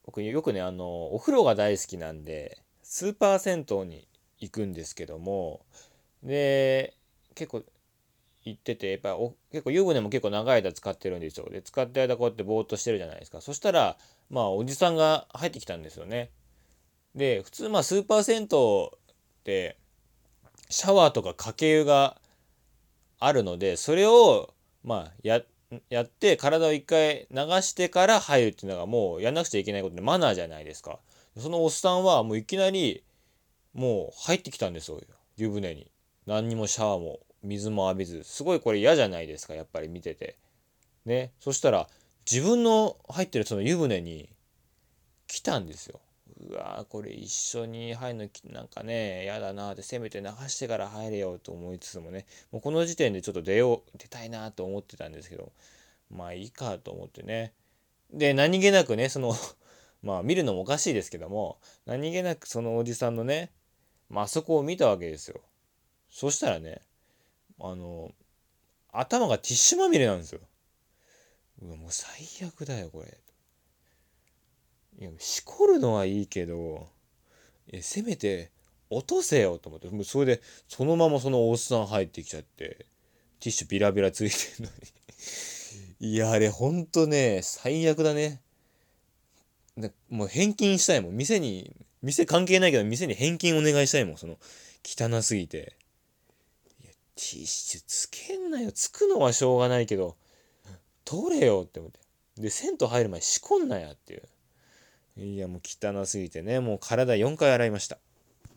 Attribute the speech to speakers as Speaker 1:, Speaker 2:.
Speaker 1: 僕よくね、お風呂が大好きなんで、スーパー銭湯に行くんですけども、で、結構行ってて、やっぱ結構湯船も結構長い間使ってるんですよ。で、使ってる間こうやってぼーっとしてるじゃないですか。そしたら、まあ、おじさんが入ってきたんですよね。で、普通、まあ、スーパー銭湯って、シャワーとか掛け湯があるので、それを、まあ、やって体を一回流してから入るっていうのがもうやんなくちゃいけないことでマナーじゃないですか。そのおっさんはもういきなりもう入ってきたんですよ。湯船に。何にもシャワーも水も浴びず。すごいこれ嫌じゃないですか。やっぱり見てて。ね。そしたら自分の入ってるその湯船に来たんですよ。うわーこれ一緒に入るのなんかね、やだなーってせめて流してから入れよと思いつつもね、もうこの時点でちょっと出たいなと思ってたんですけど、まあいいかと思ってね。で、何気なくね、まあ見るのもおかしいですけども、何気なくそのおじさんのね、まあそこを見たわけですよ。そしたらね、あの、頭がティッシュまみれなんですよ。うわ、もう最悪だよ、これ。いや、しこるのはいいけど、せめて落とせよと思って、もうそれでそのままそのおっさん入ってきちゃって、ティッシュビラビラついてんのにいや、あれほんとね、最悪だね。もう返金したいもん。店関係ないけど店に返金お願いしたいもん。汚すぎて。ティッシュつけんなよ。つくのはしょうがないけど、取れよって思って。で、銭湯入る前仕込んなやっていう。いや、もう汚すぎてね、もう体4回洗いました。